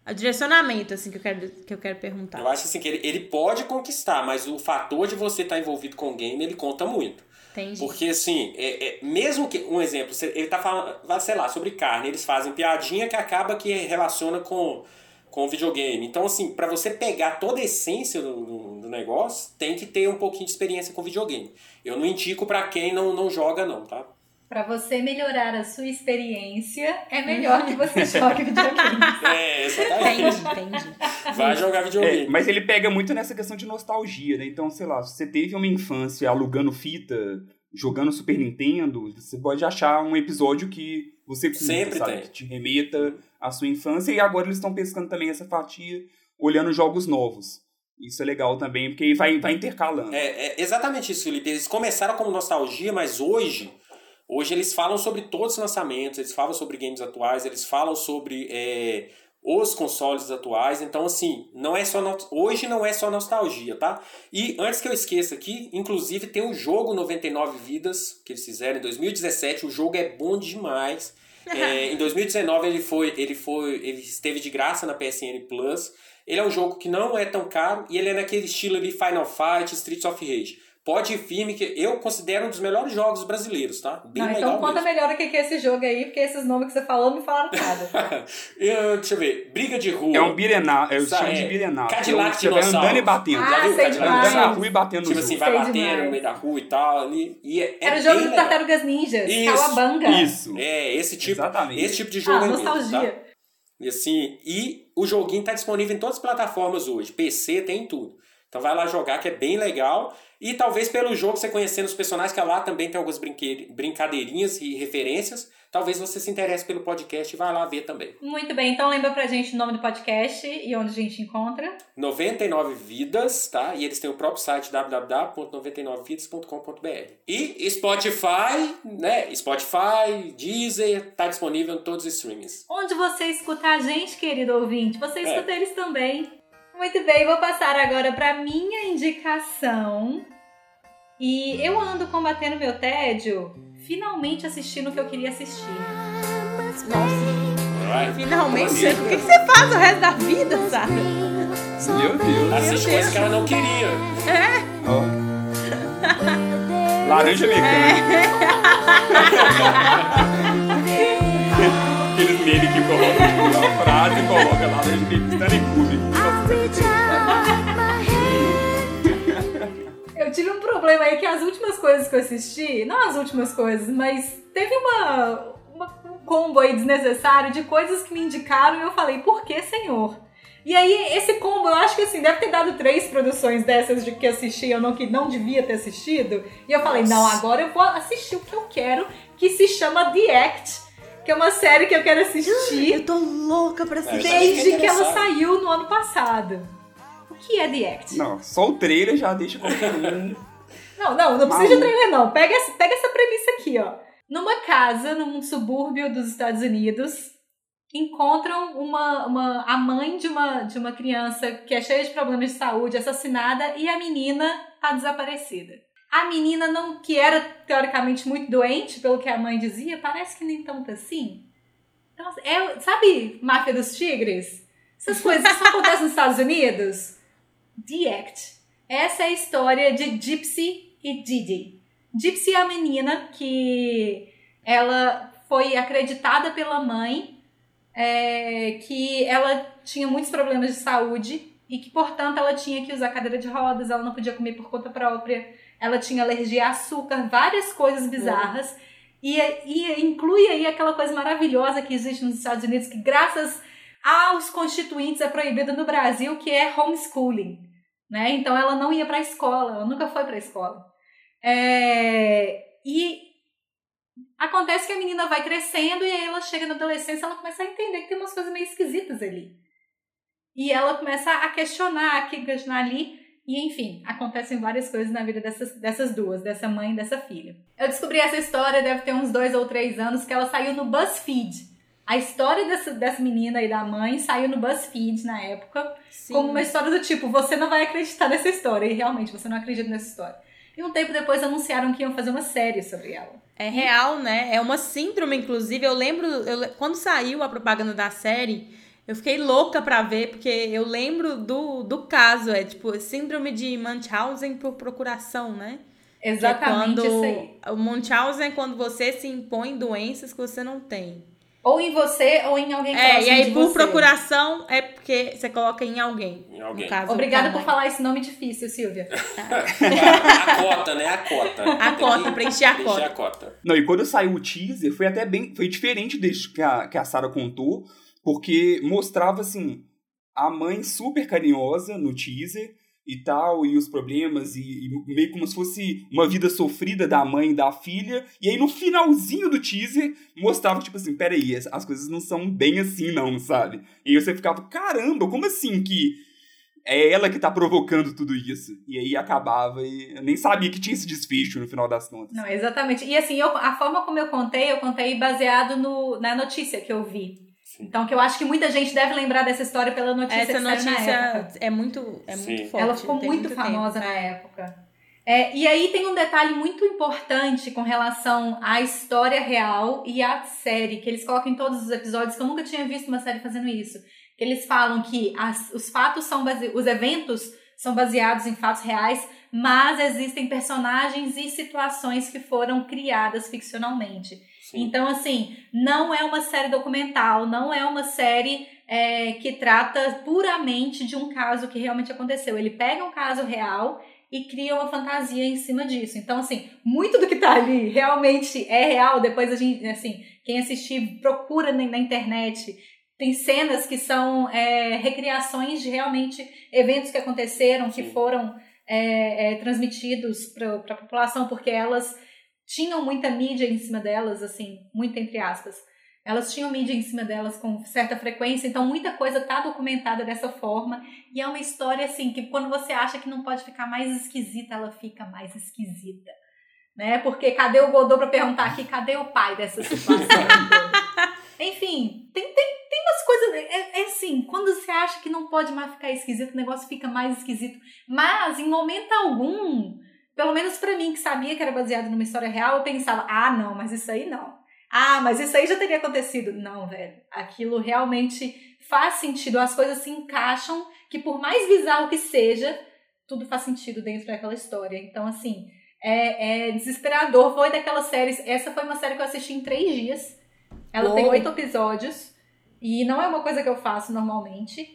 Speaker 4: o direcionamento, assim, que eu quero, que eu quero perguntar.
Speaker 3: Eu acho assim que ele, ele pode conquistar, mas o fator de você estar envolvido com o game, ele conta muito.
Speaker 4: Entendi.
Speaker 3: Porque, assim, é, é, mesmo que... Um exemplo, ele tá falando, sei lá, sobre carne. Eles fazem piadinha que acaba que relaciona com, com o videogame. Então, assim, pra você pegar toda a essência do, do, do negócio, tem que ter um pouquinho de experiência com videogame. Eu não indico pra quem não, não joga, não, tá?
Speaker 1: Pra você melhorar a sua experiência, é melhor que você jogue videogame.
Speaker 3: É, exatamente.
Speaker 4: Entendi, entendi.
Speaker 3: Vai jogar videogame.
Speaker 2: É, mas ele pega muito nessa questão de nostalgia, né? Então, sei lá, se você teve uma infância alugando fita, jogando Super Nintendo, você pode achar um episódio que você curta,
Speaker 3: Sempre
Speaker 2: sabe?
Speaker 3: tem.
Speaker 2: Que te remeta à sua infância. E agora eles estão pescando também essa fatia, olhando jogos novos. Isso é legal também, porque vai, vai intercalando.
Speaker 3: É, é exatamente isso, Felipe. Eles começaram como nostalgia, mas hoje... Hoje eles falam sobre todos os lançamentos, eles falam sobre games atuais, eles falam sobre é, os consoles atuais. Então, assim, não é só no... hoje não é só nostalgia, tá? E antes que eu esqueça aqui, inclusive tem o jogo noventa e nove Vidas que eles fizeram em dois mil e dezessete. O jogo é bom demais. É, em dois mil e dezenove ele, foi, ele, foi, ele esteve de graça na P S N Plus. Ele é um jogo que não é tão caro e ele é naquele estilo ali Final Fight, Streets of Rage. Pode ir firme, que eu considero um dos melhores jogos brasileiros, tá? Bem
Speaker 1: Não,
Speaker 3: legal
Speaker 1: então conta
Speaker 3: mesmo.
Speaker 1: melhor o que é esse jogo aí, porque esses nomes que você falou não me falaram nada.
Speaker 3: eu, deixa eu ver. Briga de rua.
Speaker 2: É um birenar, eu
Speaker 3: Sabe,
Speaker 2: chamo de
Speaker 3: é,
Speaker 2: birenar.
Speaker 3: Cadillac
Speaker 2: Você vai
Speaker 3: dinossauro.
Speaker 2: andando e batendo.
Speaker 1: Ah,
Speaker 3: Já viu o
Speaker 1: sei
Speaker 3: Cadillac
Speaker 1: demais.
Speaker 2: Andando na
Speaker 3: dinossauro?
Speaker 2: rua e batendo no
Speaker 3: Tipo
Speaker 2: jogo.
Speaker 3: assim, vai
Speaker 1: Sei
Speaker 3: batendo
Speaker 1: demais.
Speaker 3: no meio da rua e tal. Ali, e é, é
Speaker 1: Era o jogo
Speaker 3: bem
Speaker 1: do
Speaker 3: legal.
Speaker 1: Tartarugas Ninjas,
Speaker 3: Isso.
Speaker 1: Cowabunga.
Speaker 2: Isso.
Speaker 3: É, esse tipo,
Speaker 2: Exatamente.
Speaker 3: esse tipo de jogo
Speaker 1: Ah,
Speaker 3: é mesmo,
Speaker 1: nostalgia.
Speaker 3: tá? E assim, e o joguinho tá disponível em todas as plataformas hoje. P C tem tudo. Então vai lá jogar, que é bem legal. E talvez pelo jogo, você conhecendo os personagens, que lá também tem algumas brinque... brincadeirinhas e referências, talvez você se interesse pelo podcast e vai lá ver também.
Speaker 1: Muito bem, então lembra pra gente o nome do podcast e onde a gente encontra.
Speaker 3: noventa e nove Vidas, tá? E eles têm o próprio site w w w ponto noventa e nove vidas ponto com ponto b r. E Spotify, né? Spotify, Deezer, tá disponível em todos os streamings.
Speaker 1: Onde você escuta a gente, querido ouvinte, você
Speaker 3: É.
Speaker 1: escuta eles também. Muito bem, vou passar agora pra minha indicação. E eu ando combatendo meu tédio, finalmente assistindo o que eu queria assistir.
Speaker 3: Vai.
Speaker 4: Finalmente,
Speaker 3: Assim,
Speaker 4: o que você faz o resto da vida, sabe?
Speaker 2: Meu Deus.
Speaker 3: assiste coisas que ela não queria.
Speaker 2: Ó. Laranja mecânica. Aqueles memes que colocam tipo, uma frase e coloca laranja mecânica. Stanley Kubrick.
Speaker 1: Eu tive um problema aí que as últimas coisas que eu assisti, não as últimas coisas, mas teve uma, uma, um combo aí desnecessário de coisas que me indicaram e eu falei, por que, senhor? E aí, esse combo, eu acho que assim, deve ter dado três produções dessas de que assisti eu não, que não devia ter assistido. E eu falei, não, agora eu vou assistir o que eu quero, que se chama The Act, que é uma série que eu quero assistir
Speaker 4: Eu tô louca pra assistir.
Speaker 3: É,
Speaker 1: desde que ela
Speaker 3: interessado.
Speaker 1: saiu no ano passado. O que é The Act?
Speaker 2: Não, só o trailer já deixa qualquer um.
Speaker 1: Não, não, não precisa
Speaker 2: Maluco.
Speaker 1: de trailer não. Pega essa, pega essa premissa aqui, ó. Numa casa, num subúrbio dos Estados Unidos, encontram uma, uma, a mãe de uma, de uma criança que é cheia de problemas de saúde, assassinada, e a menina tá desaparecida. A menina, não, que era teoricamente muito doente, pelo que a mãe dizia, parece que nem tanto assim. Então, é, sabe Máfia dos Tigres? Essas coisas que só acontecem nos Estados Unidos? The Act. Essa é a história de Gypsy e Didi. Gypsy é a menina que ela foi acreditada pela mãe é, que ela tinha muitos problemas de saúde e que, portanto, ela tinha que usar cadeira de rodas, ela não podia comer por conta própria, ela tinha alergia a açúcar, várias coisas bizarras. Uhum. E, e inclui aí aquela coisa maravilhosa que existe nos Estados Unidos, que graças aos constituintes é proibido no Brasil, que é homeschooling. Né? Então ela não ia para a escola, ela nunca foi para a escola. É... E acontece que a menina vai crescendo e aí ela chega na adolescência, ela começa a entender que tem umas coisas meio esquisitas ali. E ela começa a questionar aqui, a questionar ali, e enfim, acontecem várias coisas na vida dessas, dessas duas, dessa mãe e dessa filha. Eu descobri essa história, deve ter uns dois ou três anos, que ela saiu no BuzzFeed. A história dessa, dessa menina e da mãe saiu no BuzzFeed na época, Sim. como uma história do tipo, você não vai acreditar nessa história, e realmente, você não acredita nessa história. E um tempo depois anunciaram que iam fazer uma série sobre ela.
Speaker 4: É real, né? É uma síndrome, inclusive. Eu lembro, eu, quando saiu a propaganda da série, Eu fiquei louca pra ver, porque eu lembro do, do caso, é tipo, síndrome de Munchausen por procuração, né?
Speaker 1: Exatamente
Speaker 4: que é
Speaker 1: isso
Speaker 4: quando,
Speaker 1: aí.
Speaker 4: O Munchausen é quando você se impõe doenças que você não tem.
Speaker 1: Ou em você, ou em alguém
Speaker 4: É,
Speaker 1: próximo
Speaker 4: e aí
Speaker 1: de
Speaker 4: por
Speaker 1: você.
Speaker 4: procuração é porque você coloca em alguém.
Speaker 3: Em alguém.
Speaker 4: No caso,
Speaker 1: Obrigada
Speaker 4: tá,
Speaker 1: por
Speaker 4: né?
Speaker 1: falar esse nome difícil, Silvia.
Speaker 3: A cota, né? A cota.
Speaker 4: A
Speaker 3: Tem
Speaker 4: cota,
Speaker 3: que
Speaker 4: preencher a
Speaker 3: preencher
Speaker 4: cota.
Speaker 3: a cota.
Speaker 2: Não, e quando saiu o teaser, foi até bem... Foi diferente desse que a, que a Sarah contou, porque mostrava, assim, a mãe super carinhosa no teaser e tal, e os problemas, e, e meio como se fosse uma vida sofrida da mãe e da filha, e aí no finalzinho do teaser mostrava, tipo assim, peraí, as, as coisas não são bem assim não, sabe? E aí você ficava, caramba, como assim que é ela que tá provocando tudo isso? E aí acabava, e eu nem sabia que tinha esse desfecho no final das contas.
Speaker 1: Não, exatamente. E assim, eu, a forma como eu contei, eu contei baseado no, na notícia que eu vi.
Speaker 3: Sim.
Speaker 1: Então, que eu acho que muita gente deve lembrar dessa história pela notícia
Speaker 4: Essa
Speaker 1: que saiu na
Speaker 4: notícia
Speaker 1: época.
Speaker 4: é muito, é muito
Speaker 3: Sim.
Speaker 4: forte.
Speaker 1: Ela ficou
Speaker 4: tem
Speaker 1: muito,
Speaker 4: muito
Speaker 1: famosa
Speaker 4: tempo.
Speaker 1: na época. É, e aí tem um detalhe muito importante com relação à história real e à série, que eles colocam em todos os episódios, que eu nunca tinha visto uma série fazendo isso. Que eles falam que as, os fatos são base... os eventos são baseados em fatos reais, mas existem personagens e situações que foram criadas ficcionalmente.
Speaker 3: Sim.
Speaker 1: Então, assim, não é uma série documental, não é uma série é, que trata puramente de um caso que realmente aconteceu. Ele pega um caso real e cria uma fantasia em cima disso. Então, assim, muito do que tá ali realmente é real. Depois a gente, assim, quem assistir, procura na, na internet. Tem cenas que são é, recriações de realmente eventos que aconteceram, que
Speaker 3: Sim.
Speaker 1: foram é, é, transmitidos para a população, porque elas tinham muita mídia em cima delas, assim, muito entre aspas. Elas tinham mídia em cima delas com certa frequência, então muita coisa tá documentada dessa forma. E é uma história, assim, que quando você acha que não pode ficar mais esquisita, ela fica mais esquisita. Né? Porque cadê o Godot pra perguntar aqui, cadê o pai dessa situação? Enfim, tem, tem, tem umas coisas... É, é assim, quando você acha que não pode mais ficar esquisito, o negócio fica mais esquisito. Mas, em momento algum, pelo menos pra mim, que sabia que era baseado numa história real, eu pensava, ah, não, mas isso aí não. Ah, mas isso aí já teria acontecido. Não, velho. Aquilo realmente faz sentido. As coisas se encaixam, que por mais bizarro que seja, tudo faz sentido dentro daquela história. Então, assim, é, é desesperador. Foi daquelas séries... Essa foi uma série que eu assisti em três dias. Ela
Speaker 3: Uou.
Speaker 1: tem oito episódios. E não é uma coisa que eu faço normalmente.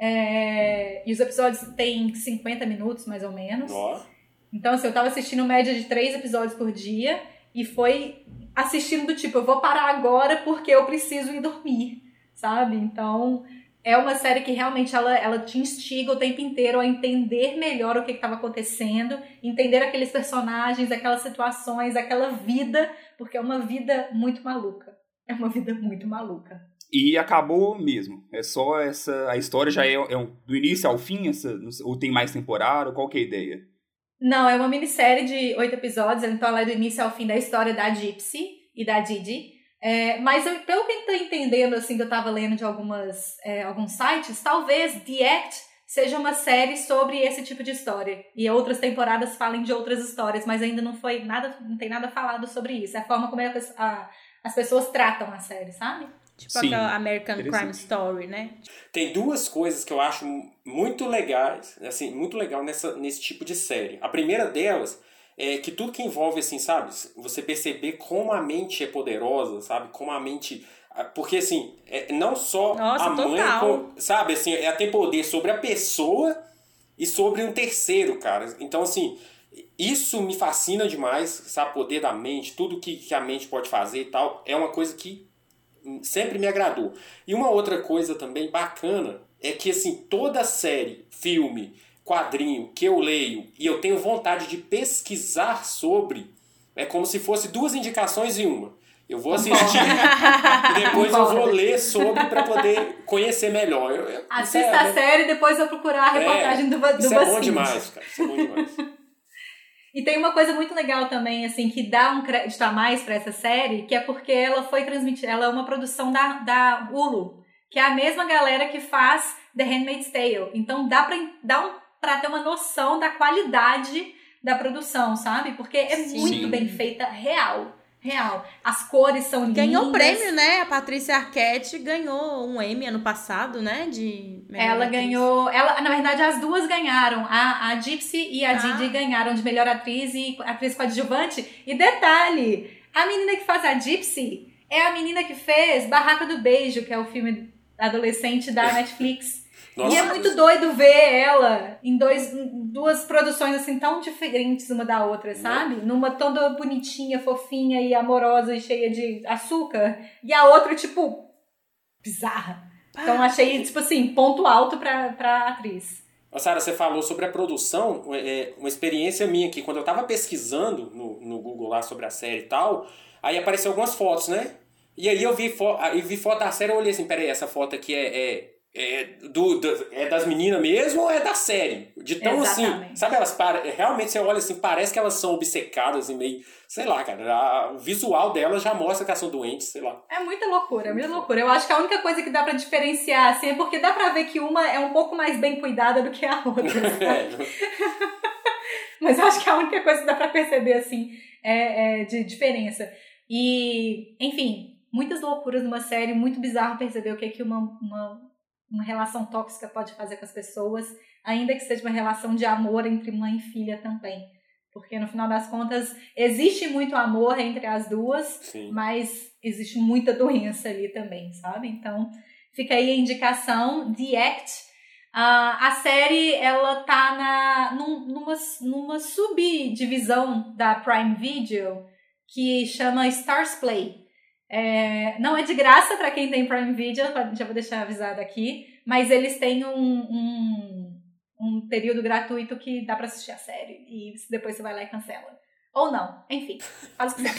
Speaker 1: É, e os episódios têm cinquenta minutos, mais ou menos.
Speaker 3: Ó.
Speaker 1: Então, assim, eu tava assistindo média de três episódios por dia. E foi assistindo do tipo, eu vou parar agora porque eu preciso ir dormir, sabe? Então, é uma série que realmente ela, ela te instiga o tempo inteiro a entender melhor o que estava acontecendo, entender aqueles personagens, aquelas situações, aquela vida, porque é uma vida muito maluca. É uma vida muito maluca.
Speaker 2: E acabou mesmo. É só essa... A história já é, é um, do início ao fim? Essa, ou tem mais temporada? Qual que é a ideia?
Speaker 1: Não, é uma minissérie de oito episódios, então ela é do início ao fim da história da Gypsy e da Didi. É, mas eu, pelo que eu tô entendendo, assim, que eu tava lendo de algumas, é, alguns sites, talvez The Act seja uma série sobre esse tipo de história. E outras temporadas falem de outras histórias, mas ainda não foi nada, não tem nada falado sobre isso. É a forma como a, a, as pessoas tratam a série, sabe?
Speaker 4: Tipo
Speaker 2: Sim,
Speaker 4: aquela American Crime Story, né?
Speaker 3: Tem duas coisas que eu acho muito legais, assim, muito legal nessa, nesse tipo de série. A primeira delas é que tudo que envolve, assim, sabe? Você perceber como a mente é poderosa, sabe? Como a mente... Porque, assim, é não só
Speaker 4: Nossa,
Speaker 3: a mãe...
Speaker 4: total.
Speaker 3: Sabe? Assim, ela tem poder sobre a pessoa e sobre um terceiro, cara. Então, assim, isso me fascina demais, sabe? O poder da mente, tudo que, que a mente pode fazer e tal. É uma coisa que sempre me agradou. E uma outra coisa também bacana é que, assim, toda série, filme, quadrinho que eu leio e eu tenho vontade de pesquisar sobre, é como se fosse duas indicações em uma. Eu vou assistir e depois eu vou ler sobre para poder conhecer melhor. Eu, eu,
Speaker 1: Assista
Speaker 3: é,
Speaker 1: a série e depois eu procurar a reportagem
Speaker 3: é,
Speaker 1: do, do
Speaker 3: isso é bom
Speaker 1: BuzzFeed.
Speaker 3: demais, cara. Isso é bom demais.
Speaker 1: E tem uma coisa muito legal também, assim, que dá um crédito a mais pra essa série, que é porque ela foi transmitida, ela é uma produção da, da Hulu, que é a mesma galera que faz The Handmaid's Tale. Então dá pra, dá um, pra ter uma noção da qualidade da produção, sabe? Porque é
Speaker 4: Sim.
Speaker 1: muito bem feita, real. Real. As cores são lindas.
Speaker 4: Ganhou prêmio, né? A Patrícia Arquette ganhou um Emmy ano passado, né? De
Speaker 1: ela
Speaker 4: atriz.
Speaker 1: ganhou... Ela, na verdade, as duas ganharam. A, a Gypsy e a
Speaker 4: Ah.
Speaker 1: Didi ganharam de melhor atriz e atriz coadjuvante. E detalhe, a menina que faz a Gypsy é a menina que fez Barraca do Beijo, que é o filme adolescente da Netflix.
Speaker 3: Nossa.
Speaker 1: E é muito doido ver ela em, dois, em duas produções assim tão diferentes uma da outra, sabe? Numa toda bonitinha, fofinha e amorosa e cheia de açúcar. E a outra, tipo, bizarra. Então achei, tipo assim, ponto alto pra, pra atriz.
Speaker 3: Sara, você falou sobre a produção, é, uma experiência minha aqui, quando eu tava pesquisando no, no Google lá sobre a série e tal, aí apareceu algumas fotos, né? E aí eu vi, fo- eu vi foto da série e eu olhei assim, peraí, essa foto aqui é, é, é, do, do- é das meninas mesmo ou é da série? De tão assim,
Speaker 1: Exatamente.
Speaker 3: sabe, elas para, realmente você olha assim, parece que elas são obcecadas e meio, sei lá, cara, a- o visual delas já mostra que elas são doentes, sei lá.
Speaker 1: É muita loucura, é muita loucura. Eu acho que a única coisa que dá pra diferenciar, assim, é porque dá pra ver que uma é um pouco mais bem cuidada do que a outra, sabe?
Speaker 3: É.
Speaker 1: Mas eu acho que a única coisa que dá pra perceber, assim, é, é de diferença. E, enfim, muitas loucuras numa série, muito bizarro perceber o que é que uma, uma, uma relação tóxica pode fazer com as pessoas, ainda que seja uma relação de amor entre mãe e filha também. Porque, no final das contas, existe muito amor entre as duas,
Speaker 3: Sim.
Speaker 1: mas existe muita doença ali também, sabe? Então, fica aí a indicação, The Act. Ah, a série, ela tá na, num, numa, numa subdivisão da Prime Video, que chama Stars Play. É, não é de graça para quem tem Prime Video, já vou deixar avisado aqui, mas eles têm um, um, um período gratuito que dá para assistir a série, e depois você vai lá e cancela. Ou não, enfim, faz o que você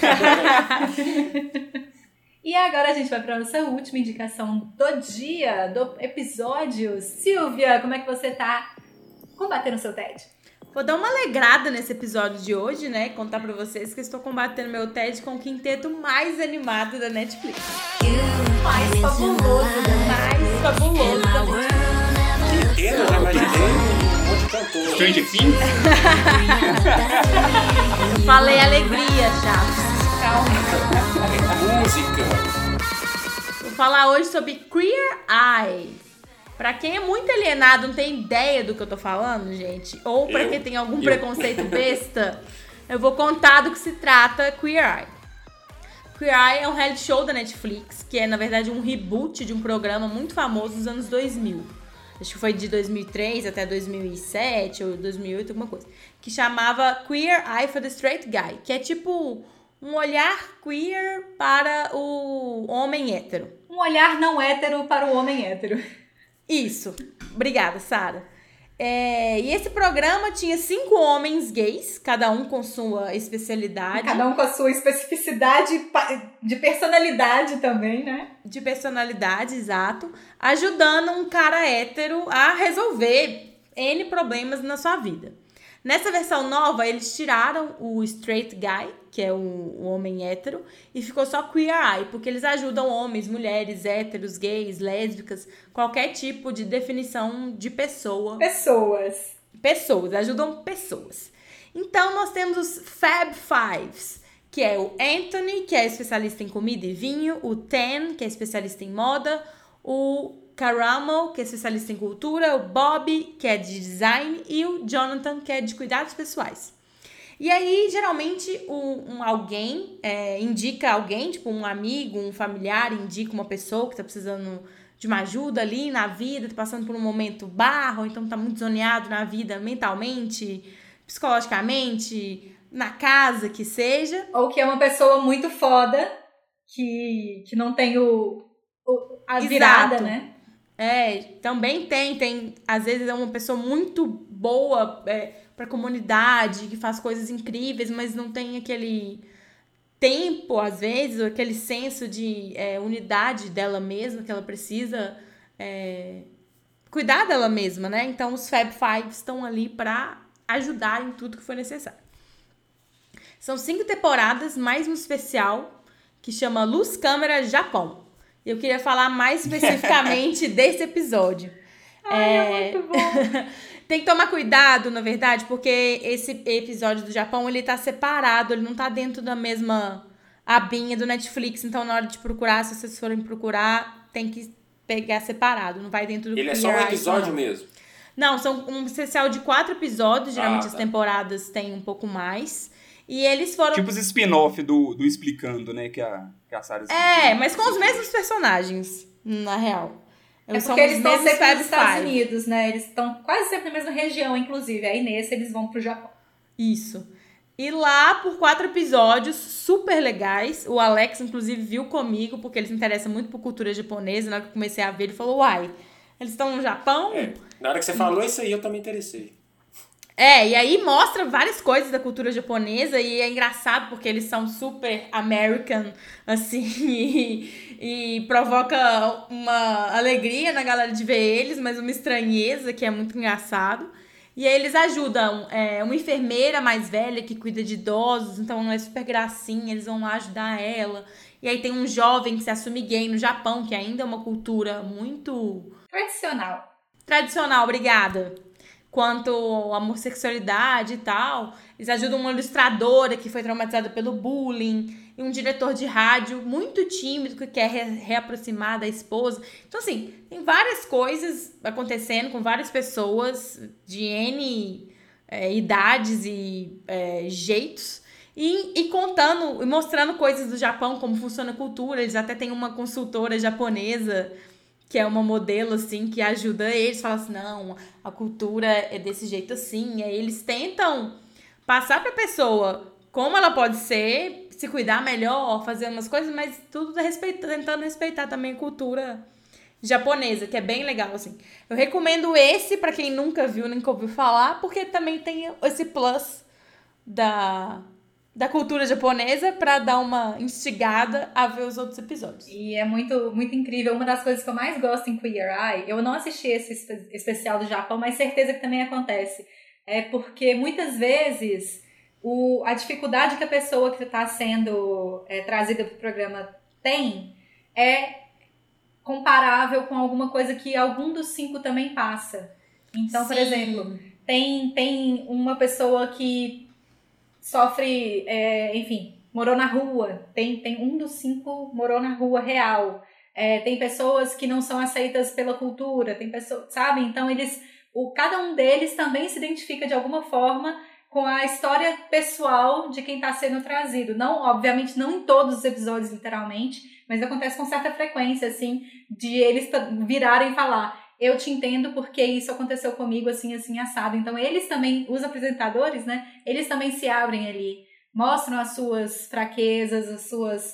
Speaker 1: quer. E agora a gente vai para a nossa última indicação do dia, do episódio. Silvia, como é que você tá combatendo o seu tédio?
Speaker 4: Vou dar uma alegrada nesse episódio de hoje, né? Contar pra vocês que eu estou combatendo meu tédio com o quinteto mais animado da Netflix.
Speaker 1: Mais fabuloso, né?
Speaker 4: Mais fabuloso da Netflix.
Speaker 3: Inteiro, eu já imaginei um monte de cantor.
Speaker 2: Stranger Things?
Speaker 4: Eu falei alegria, Chaves.
Speaker 3: Música.
Speaker 4: Vou falar hoje sobre Queer Eye. Pra quem é muito alienado, não tem ideia do que eu tô falando, gente, ou pra
Speaker 3: Eu?
Speaker 4: quem tem algum
Speaker 2: Eu?
Speaker 4: preconceito besta, eu vou contar do que se trata Queer Eye. Queer Eye é um reality show da Netflix, que é, na verdade, um reboot de um programa muito famoso dos anos dois mil. Acho que foi de dois mil e três até dois mil e sete ou dois mil e oito, alguma coisa. Que chamava Queer Eye for the Straight Guy, que é tipo um olhar queer para o homem hétero.
Speaker 1: Um olhar não hétero para o homem hétero.
Speaker 4: Isso. Obrigada, Sara. É, e esse programa tinha cinco homens gays, cada um com sua especialidade.
Speaker 1: Cada um com a sua especificidade de personalidade também, né?
Speaker 4: De personalidade, exato. Ajudando um cara hétero a resolver N problemas na sua vida. Nessa versão nova, eles tiraram o straight guy, que é o, o homem hétero, e ficou só queer eye, porque eles ajudam homens, mulheres, héteros, gays, lésbicas, qualquer tipo de definição de pessoa.
Speaker 1: Pessoas.
Speaker 4: Pessoas, ajudam pessoas. Então, nós temos os Fab Fives, que é o Anthony, que é especialista em comida e vinho, o Ten, que é especialista em moda, o Caramel, que é especialista em cultura, o Bob, que é de design, e o Jonathan, que é de cuidados pessoais. E aí, geralmente, um, um alguém é, indica alguém, tipo um amigo, um familiar, indica uma pessoa que tá precisando de uma ajuda ali na vida, tá passando por um momento barro, ou então tá muito zoneado na vida mentalmente, psicologicamente, na casa, que seja.
Speaker 1: Ou que é uma pessoa muito foda, que, que não tem o, o a virada,
Speaker 4: Exato.
Speaker 1: né?
Speaker 4: É, também tem, tem, às vezes é uma pessoa muito boa é, pra comunidade, que faz coisas incríveis, mas não tem aquele tempo, às vezes, ou aquele senso de é, unidade dela mesma, que ela precisa é, cuidar dela mesma, né? Então, os Fab Five estão ali pra ajudar em tudo que for necessário. São cinco temporadas, mais um especial, que chama Luz Câmera Japão. Eu queria falar mais especificamente desse episódio.
Speaker 1: Ai, é,
Speaker 4: é
Speaker 1: muito bom.
Speaker 4: Tem que tomar cuidado, na verdade, porque esse episódio do Japão, ele tá separado, ele não tá dentro da mesma abinha do Netflix, então na hora de procurar, se vocês forem procurar, tem que pegar separado, não vai dentro do
Speaker 3: Ele é
Speaker 4: Queer
Speaker 3: só um
Speaker 4: Eye,
Speaker 3: episódio
Speaker 4: não.
Speaker 3: mesmo?
Speaker 4: Não, são um especial de quatro episódios, geralmente
Speaker 3: Ah,
Speaker 4: as
Speaker 3: tá.
Speaker 4: temporadas têm um pouco mais. E eles foram...
Speaker 2: Tipo os spin-off do, do Explicando, né? Que a, que a Sarah
Speaker 4: É, mas com os mesmos personagens, na real.
Speaker 1: É
Speaker 4: São
Speaker 1: porque eles
Speaker 4: os
Speaker 1: estão
Speaker 4: mesmos
Speaker 1: sempre
Speaker 4: Fab
Speaker 1: nos Estados
Speaker 4: Five.
Speaker 1: Unidos, né? Eles estão quase sempre na mesma região, inclusive. Aí nesse eles vão pro Japão.
Speaker 4: Isso. E lá, por quatro episódios super legais, o Alex, inclusive, viu comigo, porque ele se interessa muito por cultura japonesa. Na hora que eu comecei a ver, ele falou, uai, eles estão no Japão?
Speaker 3: É. Na hora que você falou isso aí, eu também interessei.
Speaker 4: É, e aí mostra várias coisas da cultura japonesa e é engraçado porque eles são super American, assim, e, e provoca uma alegria na galera de ver eles, mas uma estranheza que é muito engraçado. E aí eles ajudam é, uma enfermeira mais velha que cuida de idosos, então ela é super gracinha, eles vão lá ajudar ela. E aí tem um jovem que se assume gay no Japão, que ainda é uma cultura muito...
Speaker 1: Tradicional.
Speaker 4: tradicional, obrigada. Quanto à homossexualidade e tal. Eles ajudam uma ilustradora que foi traumatizada pelo bullying. E um diretor de rádio muito tímido que quer re- reaproximar da esposa. Então, assim, tem várias coisas acontecendo com várias pessoas de N é, idades e é, jeitos. E, e contando e mostrando coisas do Japão, como funciona a cultura. Eles até têm uma consultora japonesa que é uma modelo, assim, que ajuda eles, fala assim, não, a cultura é desse jeito assim. E aí eles tentam passar pra pessoa como ela pode ser, se cuidar melhor, fazer umas coisas, mas tudo respeita, tentando respeitar também a cultura japonesa, que é bem legal, assim. Eu recomendo esse pra quem nunca viu, nunca ouviu falar, porque também tem esse plus da... da cultura japonesa pra dar uma instigada a ver os outros episódios.
Speaker 1: E é muito, muito incrível. Uma das coisas que eu mais gosto em Queer Eye, eu não assisti esse espe- especial do Japão, mas certeza que também acontece. É porque muitas vezes o, a dificuldade que a pessoa que está sendo é, trazida para o programa tem é comparável com alguma coisa que algum dos cinco também passa. Então, por
Speaker 4: Sim.
Speaker 1: exemplo, tem, tem uma pessoa que sofre, é, enfim, morou na rua. Tem, tem um dos cinco morou na rua real. É, tem pessoas que não são aceitas pela cultura, tem pessoas, sabe? Então, eles, o, cada um deles também se identifica de alguma forma com a história pessoal de quem está sendo trazido. Não, obviamente, não em todos os episódios, literalmente, mas acontece com certa frequência, assim, de eles virarem e falar: eu te entendo porque isso aconteceu comigo, assim, assim, assado. Então, eles também, os apresentadores, né, eles também se abrem ali, mostram as suas fraquezas, as suas,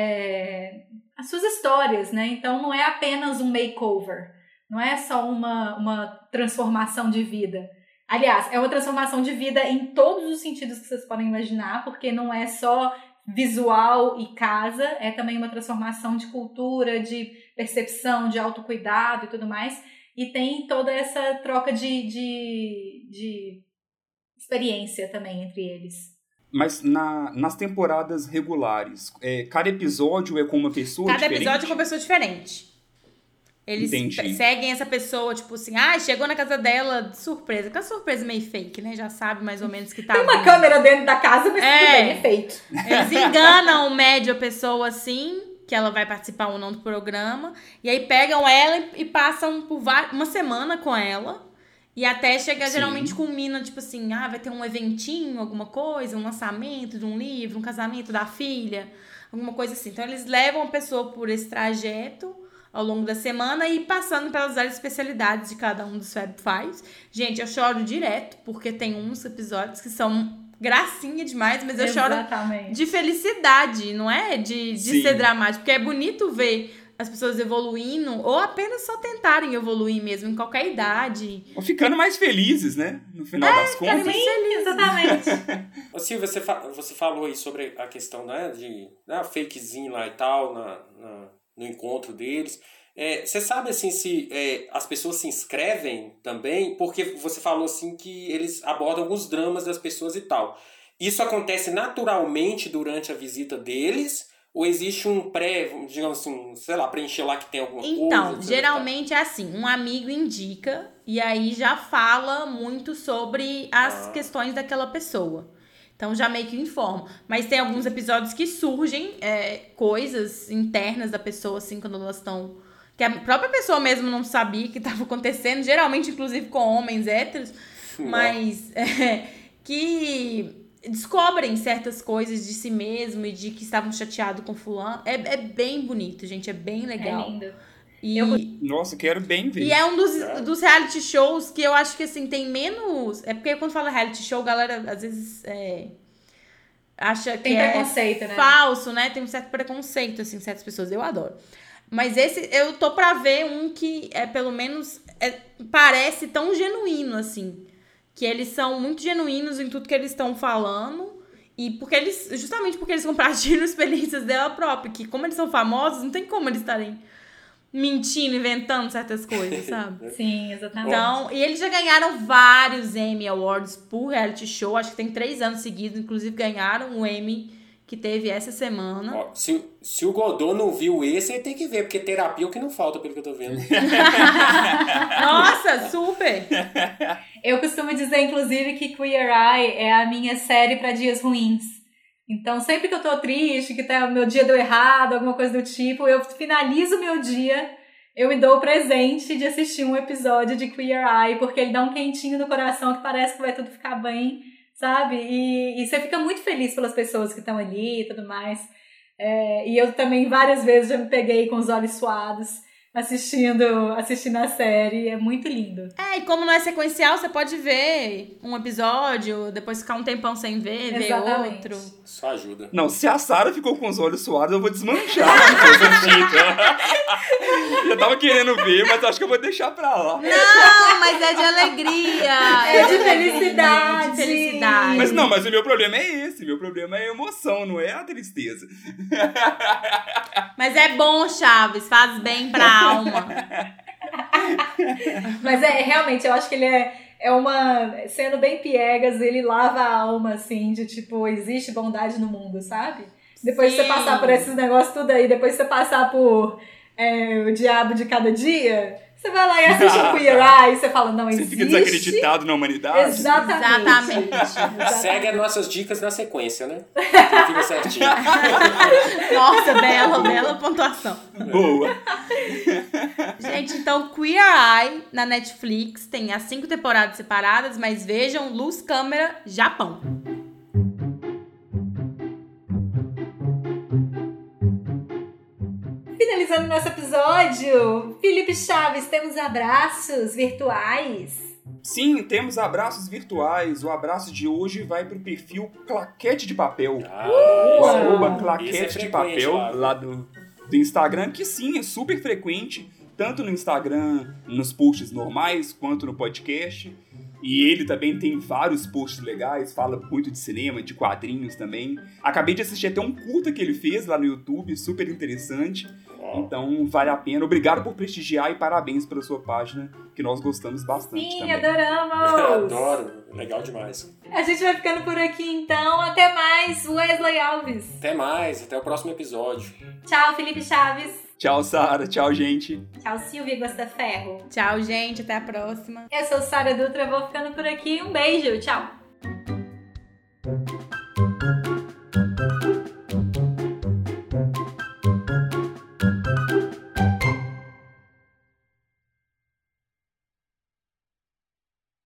Speaker 1: é, as suas histórias, né? Então, não é apenas um makeover, não é só uma, uma transformação de vida. Aliás, é uma transformação de vida em todos os sentidos que vocês podem imaginar, porque não é só visual e casa, é também uma transformação de cultura, de percepção, de autocuidado e tudo mais. E tem toda essa troca de, de, de experiência também entre eles.
Speaker 2: Mas na, nas temporadas regulares, é, cada episódio é com uma pessoa
Speaker 4: Cada
Speaker 2: diferente?
Speaker 4: episódio é com uma pessoa diferente. Eles
Speaker 2: Entendi.
Speaker 4: seguem essa pessoa, tipo assim, ah, chegou na casa dela de surpresa. Aquela surpresa meio fake, né? Já sabe mais ou menos que tá
Speaker 1: Tem uma
Speaker 4: vindo.
Speaker 1: câmera dentro da casa, mas
Speaker 4: É.
Speaker 1: tudo bem, é feito.
Speaker 4: Eles enganam, médio, a pessoa assim, que ela vai participar ou não do programa. E aí pegam ela e, e passam por va- uma semana com ela. E até chegar,
Speaker 2: Sim.
Speaker 4: geralmente culmina, tipo assim, ah, vai ter um eventinho, alguma coisa, um lançamento de um livro, um casamento da filha, alguma coisa assim. Então eles levam a pessoa por esse trajeto ao longo da semana e passando pelas várias especialidades de cada um dos Fab Fives. Gente, eu choro direto, porque tem uns episódios que são gracinha demais, mas eu
Speaker 1: Exatamente.
Speaker 4: choro de felicidade, não é de, de
Speaker 2: Sim.
Speaker 4: ser dramático, porque é bonito ver as pessoas evoluindo, ou apenas só tentarem evoluir mesmo, em qualquer idade.
Speaker 2: Ou ficando mais felizes, né? No final das contas.
Speaker 1: Sim, exatamente.
Speaker 3: Ô, Silvia, você, fa- você falou aí sobre a questão, né, de né, fakezinho lá e tal, na, na, no encontro deles. É, você sabe, assim, se é, as pessoas se inscrevem também? Porque você falou, assim, que eles abordam alguns dramas das pessoas e tal. Isso acontece naturalmente durante a visita deles? Ou existe um pré, digamos assim, sei lá, preencher lá que tem alguma coisa?
Speaker 4: Então,
Speaker 3: etcétera?
Speaker 4: geralmente é assim, um amigo indica e aí já fala muito sobre as
Speaker 3: Ah.
Speaker 4: questões daquela pessoa. Então já meio que informo. Mas tem alguns episódios que surgem é, coisas internas da pessoa, assim, quando elas estão... Que a própria pessoa mesmo não sabia que estava acontecendo. Geralmente, inclusive, com homens héteros. Mas é, que descobrem certas coisas de si mesmo e de que estavam chateados com fulano. É, é bem bonito, gente. É bem legal.
Speaker 1: É lindo.
Speaker 4: E,
Speaker 1: Eu-
Speaker 2: Nossa, quero bem ver.
Speaker 4: e é um dos, dos reality shows que eu acho que, assim, tem menos... É porque quando fala reality show, a galera, às vezes, é, acha que
Speaker 1: Tem
Speaker 4: é
Speaker 1: preconceito, né?
Speaker 4: falso, né? Tem um certo preconceito, assim, certas pessoas. Eu adoro. Mas esse, eu tô pra ver um que é, pelo menos, é, parece tão genuíno, assim. Que eles são muito genuínos em tudo que eles estão falando. E porque eles, justamente porque eles compartilham experiências dela própria. Que como eles são famosos, não tem como eles estarem mentindo, inventando certas coisas, sabe?
Speaker 1: Sim, exatamente.
Speaker 4: Então, e eles já ganharam vários Emmy Awards por reality show. Acho que tem três anos seguidos. Inclusive, ganharam o Emmy que teve essa semana.
Speaker 3: Ó, se, se o Godot não viu esse, ele tem que ver, porque terapia é o que não falta, pelo que eu tô vendo.
Speaker 4: Nossa, super!
Speaker 1: Eu costumo dizer, inclusive, que Queer Eye é a minha série pra dias ruins. Então, sempre que eu tô triste, que tá, meu dia deu errado, alguma coisa do tipo, eu finalizo o meu dia, eu me dou o presente de assistir um episódio de Queer Eye, porque ele dá um quentinho no coração que parece que vai tudo ficar bem, sabe? E, e você fica muito feliz pelas pessoas que estão ali e tudo mais. É, e eu também, várias vezes, já me peguei com os olhos suados assistindo, assistindo a série. É muito lindo.
Speaker 4: É, e como não é sequencial, você pode ver um episódio, depois ficar um tempão sem ver, ver
Speaker 1: Exatamente.
Speaker 4: outro.
Speaker 3: Só ajuda.
Speaker 2: Não, se a Sarah ficou com os olhos suados, eu vou desmanchar depois Eu tava querendo ver, mas acho que eu vou deixar pra lá.
Speaker 4: Não, mas é de alegria.
Speaker 1: É de felicidade.
Speaker 4: De felicidade.
Speaker 2: Mas não, mas o meu problema é esse. Meu problema é a emoção, não é a tristeza.
Speaker 4: Mas é bom, Chaves, faz bem pra alma.
Speaker 1: Mas é, realmente, eu acho que ele é, é uma... Sendo bem piegas, ele lava a alma, assim, de tipo, existe bondade no mundo, sabe? Depois de
Speaker 4: Sim.
Speaker 1: você passar por esses negócios tudo aí, depois de você passar por é, o diabo de cada dia, você vai lá e assiste o Queer Eye e você fala, não
Speaker 2: Você
Speaker 1: existe.
Speaker 2: fica desacreditado na humanidade.
Speaker 1: Exatamente.
Speaker 4: Exatamente.
Speaker 3: Segue as nossas dicas na sequência, né? Fica certinho.
Speaker 4: Nossa, bela, bela pontuação.
Speaker 2: Boa.
Speaker 4: Gente, então Queer Eye na Netflix tem as cinco temporadas separadas, mas vejam Luz Câmera Japão.
Speaker 1: Finalizando nosso episódio, Felipe Chaves, temos abraços virtuais.
Speaker 2: Sim, temos abraços virtuais. O abraço de hoje vai pro perfil Claquete de Papel.
Speaker 3: Ah,
Speaker 2: O
Speaker 3: isso é-
Speaker 2: arroba
Speaker 3: isso é
Speaker 2: Claquete de
Speaker 3: frequente
Speaker 2: Papel,
Speaker 3: lá.
Speaker 2: lá do, do Instagram, que sim, é super frequente, tanto no Instagram, nos posts normais, quanto no podcast. E ele também tem vários posts legais, fala muito de cinema, de quadrinhos também. Acabei de assistir até um curta que ele fez lá no YouTube, super interessante. Então, vale a pena. Obrigado por prestigiar e parabéns pela sua página, que nós gostamos bastante
Speaker 1: Sim,
Speaker 2: também.
Speaker 1: adoramos!
Speaker 3: Adoro. Legal demais.
Speaker 1: A gente vai ficando por aqui então. Até mais, Wesley Alves.
Speaker 3: Até mais. Até o próximo episódio.
Speaker 1: Tchau, Felipe Chaves.
Speaker 2: Tchau, Sara. Tchau, gente.
Speaker 1: Tchau, Silvia Gostaferro.
Speaker 4: Tchau, gente. Até a próxima.
Speaker 1: Eu sou Sara Dutra, vou ficando por aqui. Um beijo, tchau.